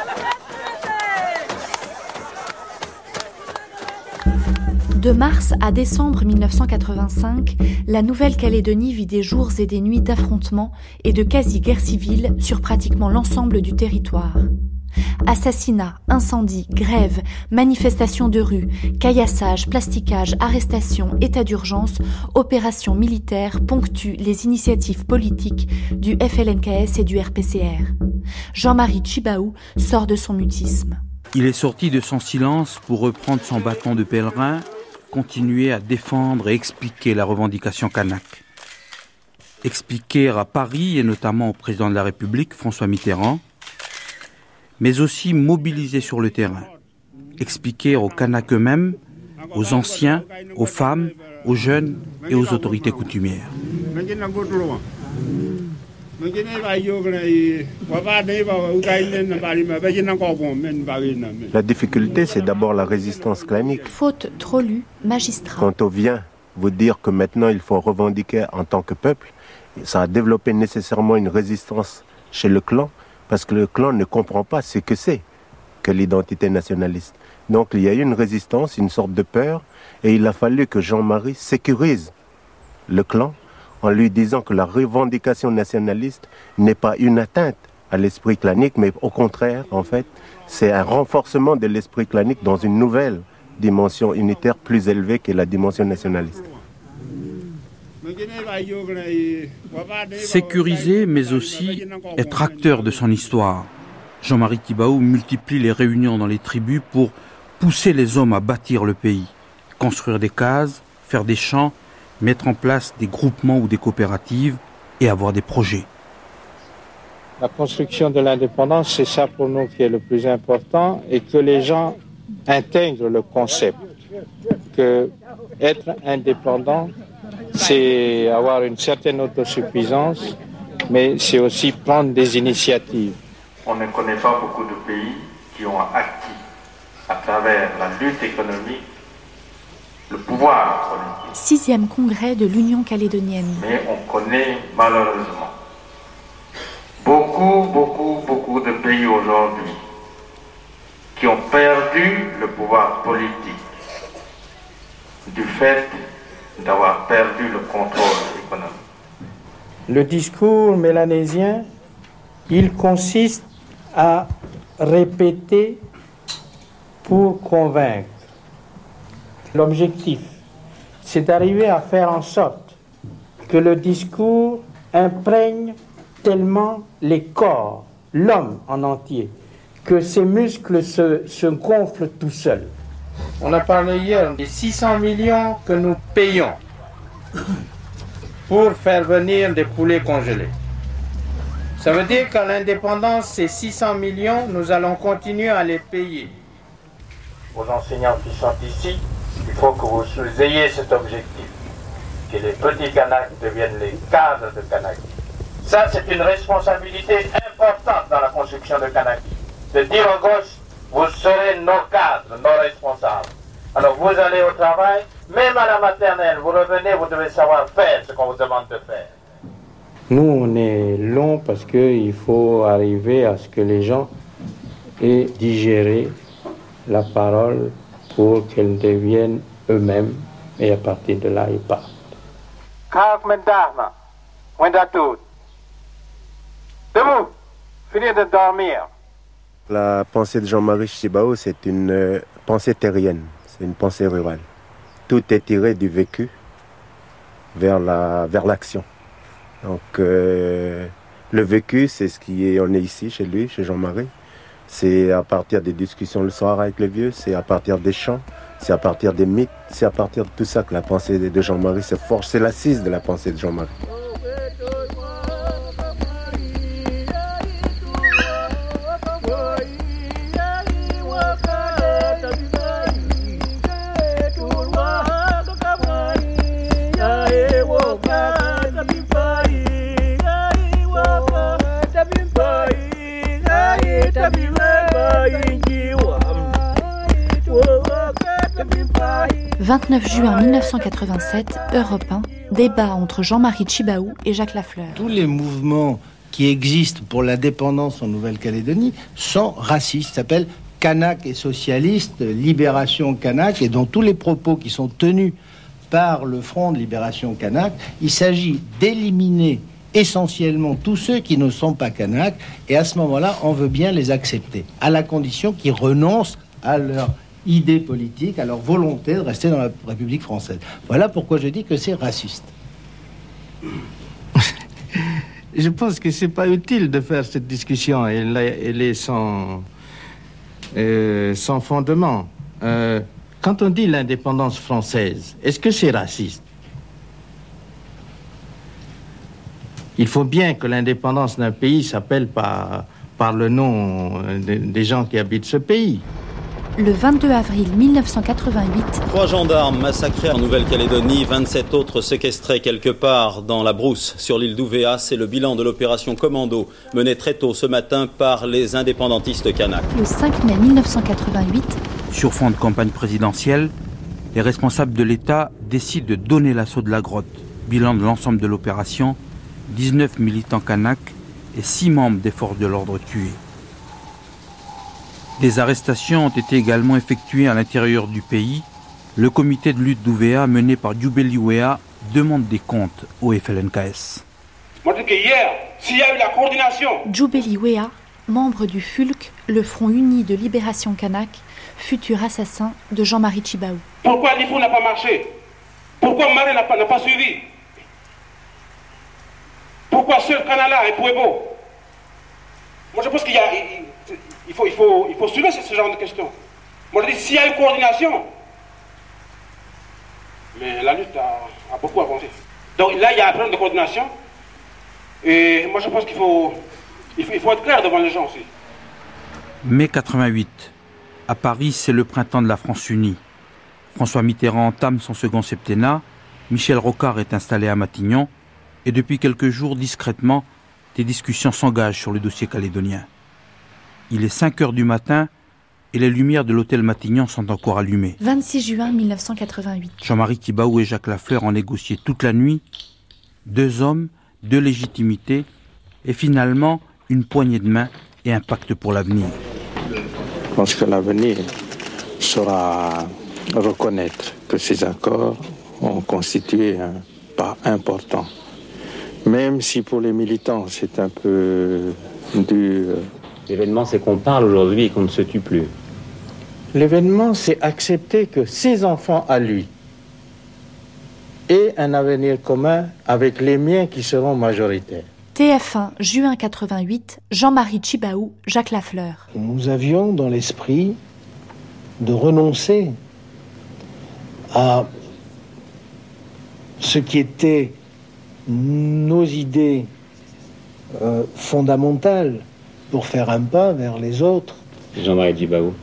De mars à décembre mille neuf cent quatre-vingt-cinq, la Nouvelle-Calédonie vit des jours et des nuits d'affrontements et de quasi-guerre civile sur pratiquement l'ensemble du territoire. Assassinats, incendies, grèves, manifestations de rue, caillassage, plasticage, arrestations, état d'urgence, opérations militaires ponctuent les initiatives politiques du F L N K S et du R P C R. Jean-Marie Tjibaou sort de son mutisme.
Il est sorti de son silence pour reprendre son bâton de pèlerin, continuer à défendre et expliquer la revendication kanak. Expliquer à Paris et notamment au président de la République, François Mitterrand, mais aussi mobiliser sur le terrain. Expliquer aux Kanaks eux-mêmes, aux anciens, aux femmes, aux jeunes et aux autorités coutumières.
La difficulté, c'est d'abord la résistance clanique.
Faute trop lue, magistrat.
Quand on vient vous dire que maintenant il faut revendiquer en tant que peuple, ça a développé nécessairement une résistance chez le clan, parce que le clan ne comprend pas ce que c'est que l'identité nationaliste. Donc il y a eu une résistance, une sorte de peur, et il a fallu que Jean-Marie sécurise le clan en lui disant que la revendication nationaliste n'est pas une atteinte à l'esprit clanique, mais au contraire, en fait, c'est un renforcement de l'esprit clanique dans une nouvelle dimension unitaire plus élevée que la dimension nationaliste.
Sécuriser, mais aussi être acteur de son histoire. Jean-Marie Tjibaou multiplie les réunions dans les tribus pour pousser les hommes à bâtir le pays, construire des cases, faire des champs, mettre en place des groupements ou des coopératives et avoir des projets.
La construction de l'indépendance, c'est ça pour nous qui est le plus important, et que les gens intègrent le concept que être indépendant, c'est avoir une certaine autosuffisance, mais c'est aussi prendre des initiatives.
On ne connaît pas beaucoup de pays qui ont acquis, à travers la lutte économique, le pouvoir politique.
Sixième congrès de l'Union calédonienne.
Mais on connaît malheureusement beaucoup, beaucoup, beaucoup de pays aujourd'hui qui ont perdu le pouvoir politique du fait d'avoir perdu le contrôle économique.
Le discours mélanésien, il consiste à répéter pour convaincre. L'objectif, c'est d'arriver à faire en sorte que le discours imprègne tellement les corps
l'homme en entier, que ses muscles se, se gonflent tout seuls. On a parlé hier des six cents millions que nous payons pour faire venir des poulets congelés. Ça veut dire qu'à l'indépendance, ces six cents millions, nous allons continuer à les payer. Aux enseignants qui sont ici, il faut que vous ayez cet objectif, que les petits Kanaks deviennent les cadres de Kanaki. Ça, c'est une responsabilité importante dans la construction de Kanaki. De dire aux gosses, vous serez nos cadres, nos responsables. Alors vous allez au travail, même à la maternelle, vous revenez, vous devez savoir faire ce qu'on vous demande de faire. Nous, on est long parce qu'il faut arriver à ce que les gens aient digéré la parole pour qu'elles deviennent eux-mêmes et à partir de là, ils partent. Debout, finir de dormir.
La pensée de Jean-Marie Tjibaou, c'est une euh, pensée terrienne, c'est une pensée rurale. Tout est tiré du vécu vers la, vers l'action. Donc euh, le vécu, c'est ce qui est, on est ici chez lui, chez Jean-Marie. C'est à partir des discussions le soir avec les vieux, c'est à partir des chants, c'est à partir des mythes, c'est à partir de tout ça que la pensée de Jean-Marie se forge. C'est l'assise de la pensée de Jean-Marie.
vingt-neuf juin mille neuf cent quatre-vingt-sept, Europe un, débat entre Jean-Marie Tjibaou et Jacques Lafleur.
Tous les mouvements qui existent pour l'indépendance en Nouvelle-Calédonie sont racistes, s'appellent Kanak et socialistes, Libération Kanak, et dans tous les propos qui sont tenus par le Front de Libération Kanak, il s'agit d'éliminer essentiellement tous ceux qui ne sont pas Kanak, et à ce moment-là, on veut bien les accepter, à la condition qu'ils renoncent à leur idée politique, à leur volonté de rester dans la République française. Voilà pourquoi je dis que c'est raciste. Je pense que c'est pas utile de faire cette discussion. Elle, elle est sans, euh, sans fondement. Euh, quand on dit l'indépendance française, est-ce que c'est raciste? Il faut bien que l'indépendance d'un pays s'appelle par, par le nom de, des gens qui habitent ce pays.
Le vingt-deux avril mille neuf cent quatre-vingt-huit.
Trois gendarmes massacrés en Nouvelle-Calédonie, vingt-sept autres séquestrés quelque part dans la brousse sur l'île d'Ouvéa. C'est le bilan de l'opération Commando menée très tôt ce matin par les indépendantistes kanaks.
Le cinq mai mille neuf cent quatre-vingt-huit.
Sur fond de campagne présidentielle, les responsables de l'État décident de donner l'assaut de la grotte. Bilan de l'ensemble de l'opération, dix-neuf militants kanaks et six membres des forces de l'ordre tués. Des arrestations ont été également effectuées à l'intérieur du pays. Le comité de lutte d'Ouvéa, mené par Djoubeli Wea, demande des comptes au F L N K S.
Moi, je dis que hier, s'il y a eu la coordination...
Djoubeli Wea, membre du F U L C, le Front uni de libération kanak, futur assassin de Jean-Marie Tjibaou.
Pourquoi l'I F O n'a pas marché? Pourquoi Marais n'a pas, n'a pas suivi? Pourquoi seul Canala et Pouebo? Moi, je pense qu'il y a... Il faut, il, faut, il faut suivre ce, ce genre de questions. Moi, je dis, s'il y a une coordination, mais la lutte a, a beaucoup avancé. Donc là, il y a un problème de coordination. Et moi, je pense qu'il faut, il faut, il faut être clair devant les gens aussi.
mai quatre-vingt-huit. À Paris, c'est le printemps de la France unie. François Mitterrand entame son second septennat. Michel Rocard est installé à Matignon. Et depuis quelques jours, discrètement, des discussions s'engagent sur le dossier calédonien. Il est cinq heures du matin et les lumières de l'hôtel Matignon sont encore allumées.
vingt-six juin mille neuf cent quatre-vingt-huit.
Jean-Marie Tjibaou et Jacques Lafleur ont négocié toute la nuit. Deux hommes, deux légitimités et finalement une poignée de main et un pacte pour l'avenir.
Je pense que l'avenir saura reconnaître que ces accords ont constitué un pas important. Même si pour les militants c'est un peu dur.
L'événement, c'est qu'on parle aujourd'hui et qu'on ne se tue plus.
L'événement, c'est accepter que ses enfants à lui aient un avenir commun avec les miens qui seront majoritaires.
T F un, juin quatre-vingt-huit, Jean-Marie Tjibaou, Jacques Lafleur.
Nous avions dans l'esprit de renoncer à ce qui était nos idées euh, fondamentales pour faire un pas vers les autres.
Jean-Marie Tjibaou.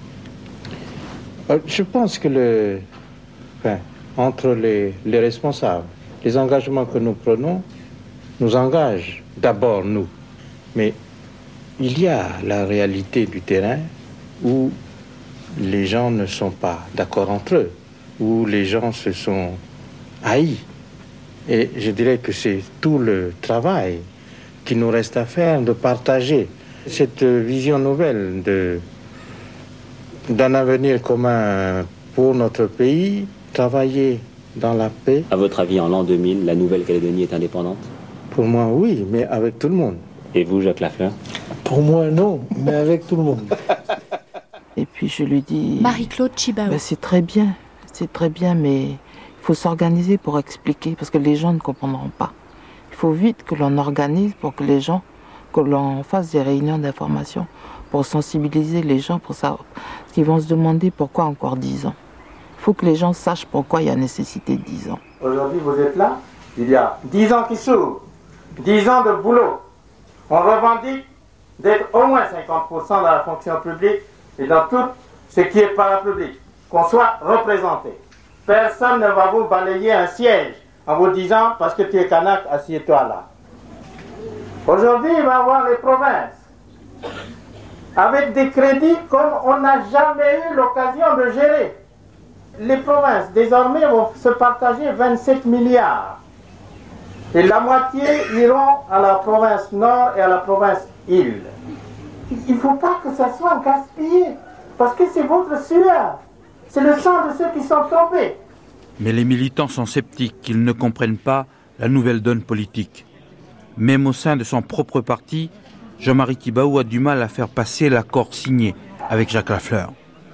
Euh, je pense que le, enfin, entre les, les responsables, les engagements que nous prenons nous engagent d'abord nous. Mais il y a la réalité du terrain où les gens ne sont pas d'accord entre eux, où les gens se sont haïs. Et je dirais que c'est tout le travail qu'il nous reste à faire, de partager cette vision nouvelle de, d'un avenir commun pour notre pays, travailler dans la paix.
À votre avis, en l'an deux mille, la Nouvelle-Calédonie est indépendante?
Pour moi, oui, mais avec tout le monde.
Et vous, Jacques Lafleur?
Pour moi, non, mais avec tout le monde.
Et puis je lui dis...
Marie-Claude Tjibaou.
Ben, c'est très bien, c'est très bien, mais il faut s'organiser pour expliquer, parce que les gens ne comprendront pas. Il faut vite que l'on organise pour que les gens, que l'on fasse des réunions d'information, pour sensibiliser les gens, pour savoir. Parce qu'ils vont se demander pourquoi encore dix ans. Il faut que les gens sachent pourquoi il y a nécessité de dix ans.
Aujourd'hui, vous êtes là, il y a dix ans qui s'ouvrent, dix ans de boulot. On revendique d'être au moins cinquante pour cent dans la fonction publique et dans tout ce qui est parapublic, qu'on soit représenté. Personne ne va vous balayer un siège en vous disant, parce que tu es Kanak, assieds-toi là. Aujourd'hui, il va y avoir les provinces, avec des crédits comme on n'a jamais eu l'occasion de gérer. Les provinces, désormais, vont se partager vingt-sept milliards. Et la moitié iront à la province Nord et à la province Île. Il ne faut pas que ça soit gaspillé, parce que c'est votre sueur. C'est le sang de ceux qui sont tombés.
Mais les militants sont sceptiques, ils ne comprennent pas la nouvelle donne politique. Même au sein de son propre parti, Jean-Marie Tjibaou a du mal à faire passer l'accord signé avec Jacques Lafleur.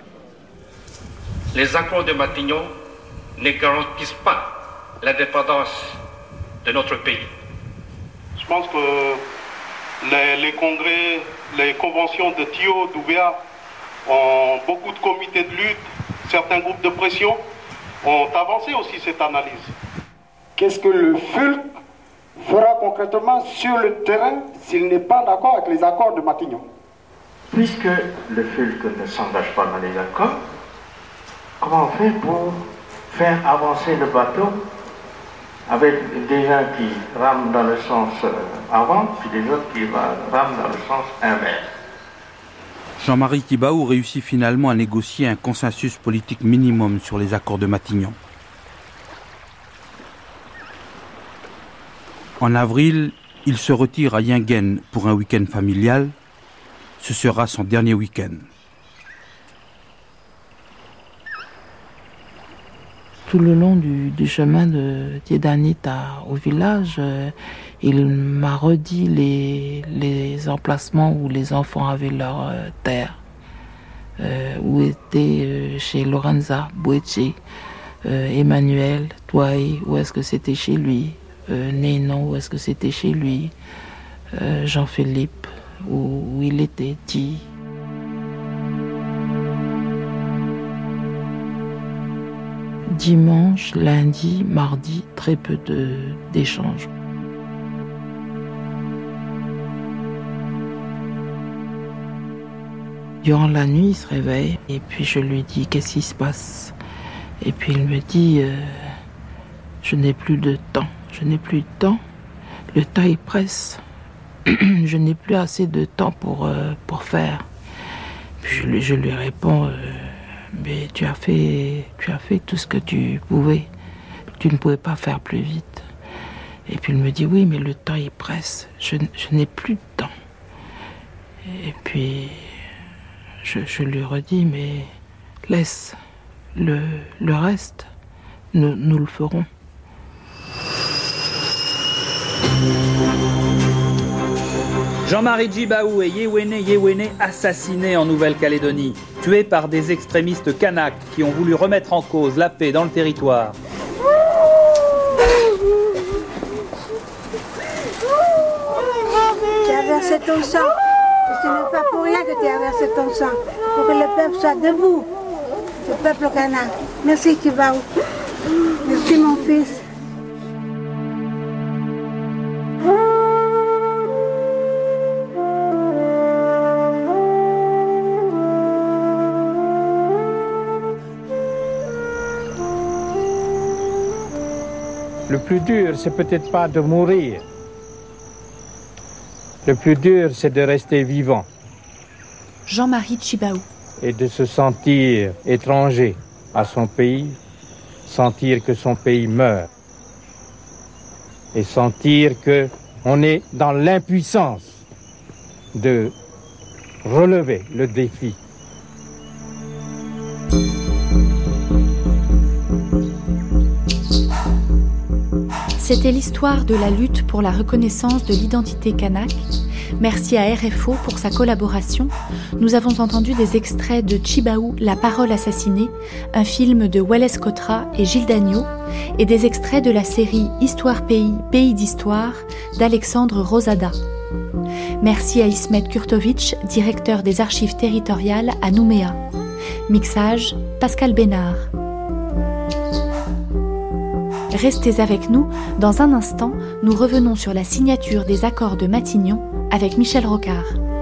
Les accords de Matignon ne garantissent pas l'indépendance de notre pays.
Je pense que les, les congrès, les conventions de T I O, d'U V A ont beaucoup de comités de lutte, certains groupes de pression ont avancé aussi cette analyse.
Qu'est-ce que le F U L C fera concrètement sur le terrain s'il n'est pas d'accord avec les accords de Matignon?
Puisque le F U L C ne s'engage pas dans les accords, comment on fait pour faire avancer le bateau avec des gens qui rament dans le sens avant, puis des autres qui rament dans le sens inverse?
Jean-Marie Tjibaou réussit finalement à négocier un consensus politique minimum sur les accords de Matignon. En avril, il se retire à Yingen pour un week-end familial. Ce sera son dernier week-end.
Tout le long du, du chemin de Tiedanit au village, euh, il m'a redit les, les emplacements où les enfants avaient leur euh, terre. Euh, où était euh, chez Lorenza, Bouetche, euh, Emmanuel, Touaï, où est-ce que c'était chez lui, euh, Nénon, où est-ce que c'était chez lui, euh, Jean-Philippe, où, où il était, Ti. Dimanche, lundi, mardi, très peu de, d'échanges. Durant la nuit, il se réveille et puis je lui dis « Qu'est-ce qui se passe ?» Et puis il me dit euh, « Je n'ai plus de temps, je n'ai plus de temps, le temps il presse, je n'ai plus assez de temps pour, euh, pour faire. » Puis je, je lui réponds euh, mais tu as fait, tu as fait tout ce que tu pouvais. Tu ne pouvais pas faire plus vite. Et puis il me dit, oui, mais le temps, il presse. Je, je n'ai plus de temps. Et puis, je, je lui redis, mais laisse le, le reste. Nous, nous le ferons.
Jean-Marie Tjibaou et Yewene Yewene assassinés en Nouvelle-Calédonie, tués par des extrémistes kanaks qui ont voulu remettre en cause la paix dans le territoire.
versé ton sang. Et ce n'est pas pour rien que tu as versé ton sang. Pour que le peuple soit debout. Le peuple kanak. Merci Tjibaou. Merci mon fils.
Le plus dur, c'est peut-être pas de mourir. Le plus dur, c'est de rester vivant.
Jean-Marie Tjibaou.
Et de se sentir étranger à son pays, sentir que son pays meurt. Et sentir qu'on est dans l'impuissance de relever le défi.
C'était l'histoire de la lutte pour la reconnaissance de l'identité kanak. Merci à R F O pour sa collaboration. Nous avons entendu des extraits de Tjibaou, La parole assassinée, un film de Wallace Cotra et Gilles Dagneau, et des extraits de la série Histoire Pays, Pays d'Histoire d'Alexandre Rosada. Merci à Ismet Kurtovic, directeur des archives territoriales à Nouméa. Mixage, Pascal Bénard. Restez avec nous, dans un instant, nous revenons sur la signature des accords de Matignon avec Michel Rocard.